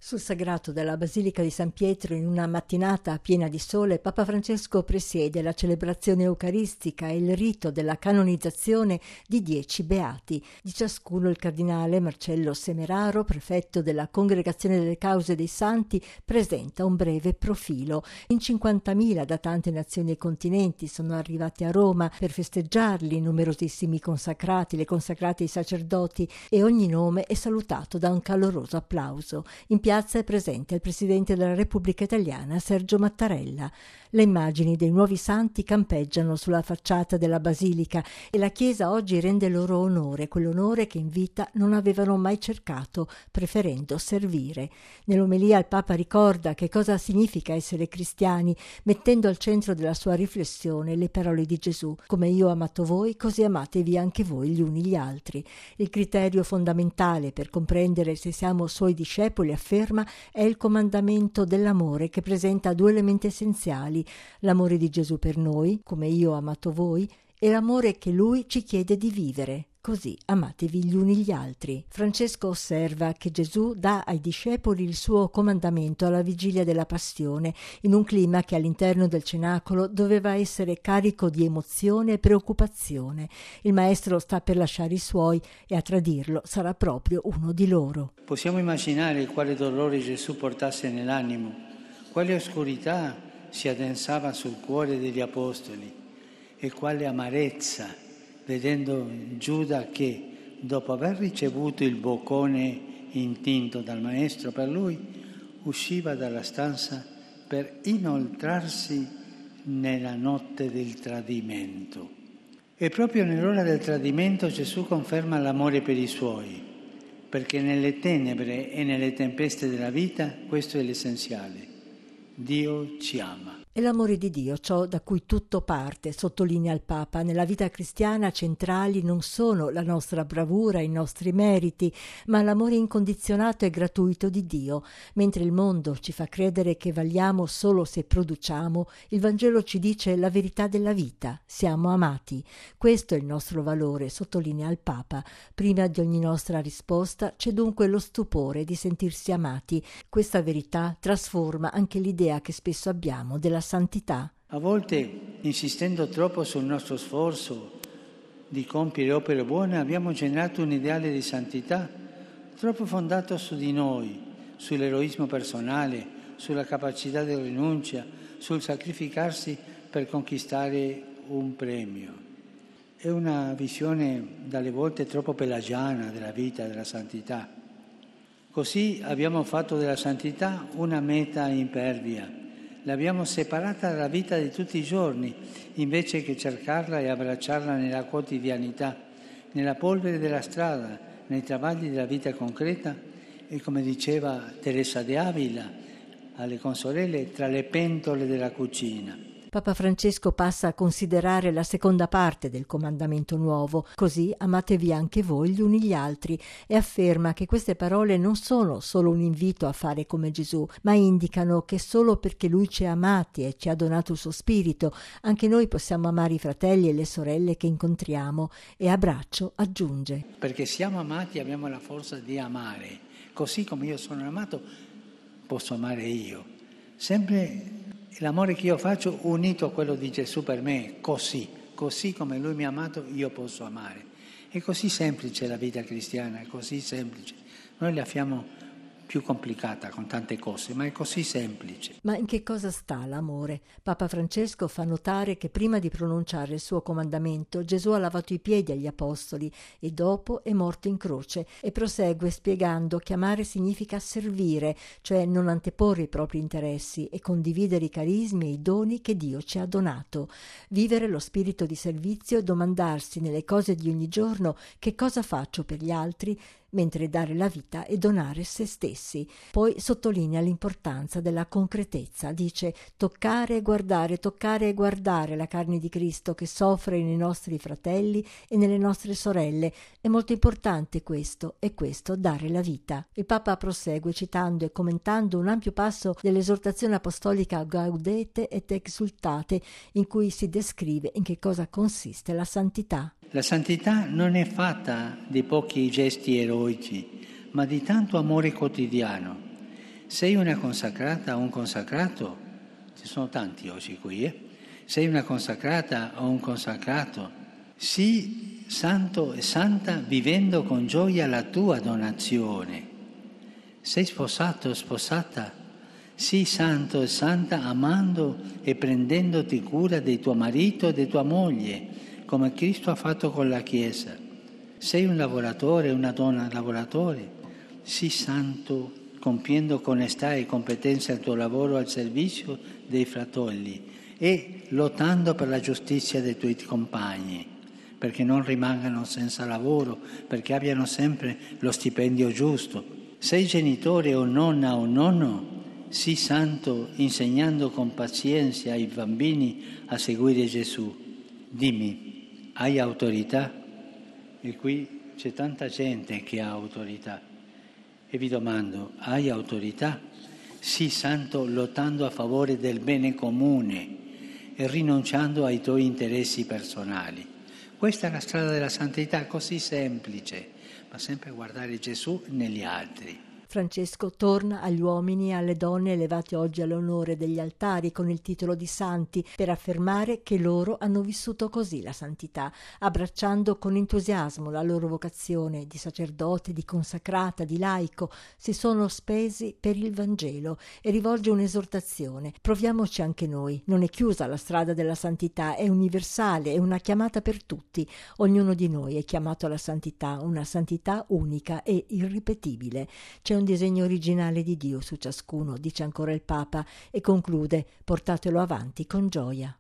Sul sagrato della Basilica di San Pietro, in una mattinata piena di sole, Papa Francesco presiede la celebrazione eucaristica e il rito della canonizzazione di 10 beati. Di ciascuno il cardinale Marcello Semeraro, prefetto della Congregazione delle Cause dei Santi, presenta un breve profilo. In 50.000 da tante nazioni e continenti sono arrivati a Roma per festeggiarli, numerosissimi consacrati, le consacrate e i sacerdoti, e ogni nome è salutato da un caloroso applauso. In piazza è presente il Presidente della Repubblica Italiana, Sergio Mattarella. Le immagini dei nuovi santi campeggiano sulla facciata della Basilica e la Chiesa oggi rende loro onore, quell'onore che in vita non avevano mai cercato, preferendo servire. Nell'omelia il Papa ricorda che cosa significa essere cristiani, mettendo al centro della sua riflessione le parole di Gesù: come io ho amato voi, così amatevi anche voi gli uni gli altri. Il criterio fondamentale per comprendere se siamo suoi discepoli, afferma, è il comandamento dell'amore, che presenta 2 elementi essenziali: l'amore di Gesù per noi, come io ho amato voi, e l'amore che lui ci chiede di vivere. Così amatevi gli uni gli altri. Francesco osserva che Gesù dà ai discepoli il suo comandamento alla vigilia della Passione, in un clima che all'interno del cenacolo doveva essere carico di emozione e preoccupazione. Il Maestro sta per lasciare i suoi e a tradirlo sarà proprio uno di loro. Possiamo immaginare quale dolore Gesù portasse nell'animo, quale oscurità si addensava sul cuore degli apostoli e quale amarezza vedendo Giuda che, dopo aver ricevuto il boccone intinto dal Maestro per lui, usciva dalla stanza per inoltrarsi nella notte del tradimento. E proprio nell'ora del tradimento Gesù conferma l'amore per i suoi, perché nelle tenebre e nelle tempeste della vita questo è l'essenziale. Dio ci ama. È l'amore di Dio ciò da cui tutto parte, sottolinea il Papa. Nella vita cristiana centrali non sono la nostra bravura, i nostri meriti, ma l'amore incondizionato e gratuito di Dio. Mentre il mondo ci fa credere che valiamo solo se produciamo, il Vangelo ci dice la verità della vita: siamo amati. Questo è il nostro valore, sottolinea il Papa. Prima di ogni nostra risposta c'è dunque lo stupore di sentirsi amati. Questa verità trasforma anche l'idea che spesso abbiamo della santità. A volte, insistendo troppo sul nostro sforzo di compiere opere buone, abbiamo generato un ideale di santità troppo fondato su di noi, sull'eroismo personale, sulla capacità di rinuncia, sul sacrificarsi per conquistare un premio. È una visione dalle volte troppo pelagiana della vita, della santità. Così abbiamo fatto della santità una meta impervia. L'abbiamo separata dalla vita di tutti i giorni, invece che cercarla e abbracciarla nella quotidianità, nella polvere della strada, nei travagli della vita concreta e, come diceva Teresa de Ávila alle consorelle, tra le pentole della cucina. Papa Francesco passa a considerare la seconda parte del comandamento nuovo: così amatevi anche voi gli uni gli altri, e afferma che queste parole non sono solo un invito a fare come Gesù, ma indicano che solo perché lui ci ha amati e ci ha donato il suo spirito, anche noi possiamo amare i fratelli e le sorelle che incontriamo. E a braccio aggiunge: perché siamo amati, abbiamo la forza di amare, così come io sono amato posso amare io, sempre l'amore che io faccio unito a quello di Gesù per me, così come Lui mi ha amato io posso amare. È così semplice la vita cristiana, è così semplice. Noi la facciamo più complicata con tante cose, ma è così semplice. Ma in che cosa sta l'amore? Papa Francesco fa notare che prima di pronunciare il suo comandamento Gesù ha lavato i piedi agli apostoli e dopo è morto in croce, e prosegue spiegando che amare significa servire, cioè non anteporre i propri interessi e condividere i carismi e i doni che Dio ci ha donato. Vivere lo spirito di servizio e domandarsi nelle cose di ogni giorno che cosa faccio per gli altri, mentre dare la vita e donare se stessi. Poi sottolinea l'importanza della concretezza. Dice: toccare e guardare la carne di Cristo che soffre nei nostri fratelli e nelle nostre sorelle. È molto importante questo, e questo dare la vita. Il Papa prosegue citando e commentando un ampio passo dell'esortazione apostolica Gaudete et Exsultate, in cui si descrive in che cosa consiste la santità. La santità non è fatta di pochi gesti eroici, ma di tanto amore quotidiano. Sei una consacrata o un consacrato? Ci sono tanti oggi qui, Sei una consacrata o un consacrato? Sii santo e santa vivendo con gioia la tua donazione. Sei sposato o sposata? Sii santo e santa amando e prendendoti cura di tuo marito e di tua moglie, come Cristo ha fatto con la Chiesa. Sei un lavoratore, una donna lavoratore? Sii santo compiendo con onestà e competenza il tuo lavoro al servizio dei fratelli e lottando per la giustizia dei tuoi compagni, perché non rimangano senza lavoro, perché abbiano sempre lo stipendio giusto. Sei genitore o nonna o nonno? Sii santo insegnando con pazienza ai bambini a seguire Gesù. Dimmi, hai autorità? E qui c'è tanta gente che ha autorità. E vi domando, hai autorità? Sii santo lottando a favore del bene comune e rinunciando ai tuoi interessi personali. Questa è la strada della santità, così semplice, ma sempre guardare Gesù negli altri. Francesco torna agli uomini e alle donne elevati oggi all'onore degli altari con il titolo di santi per affermare che loro hanno vissuto così la santità, abbracciando con entusiasmo la loro vocazione di sacerdote, di consacrata, di laico, si sono spesi per il Vangelo e rivolge un'esortazione. Proviamoci anche noi, non è chiusa la strada della santità, è universale, è una chiamata per tutti. Ognuno di noi è chiamato alla santità, una santità unica e irripetibile. C'è un disegno originale di Dio su ciascuno, dice ancora il Papa, e conclude: portatelo avanti con gioia.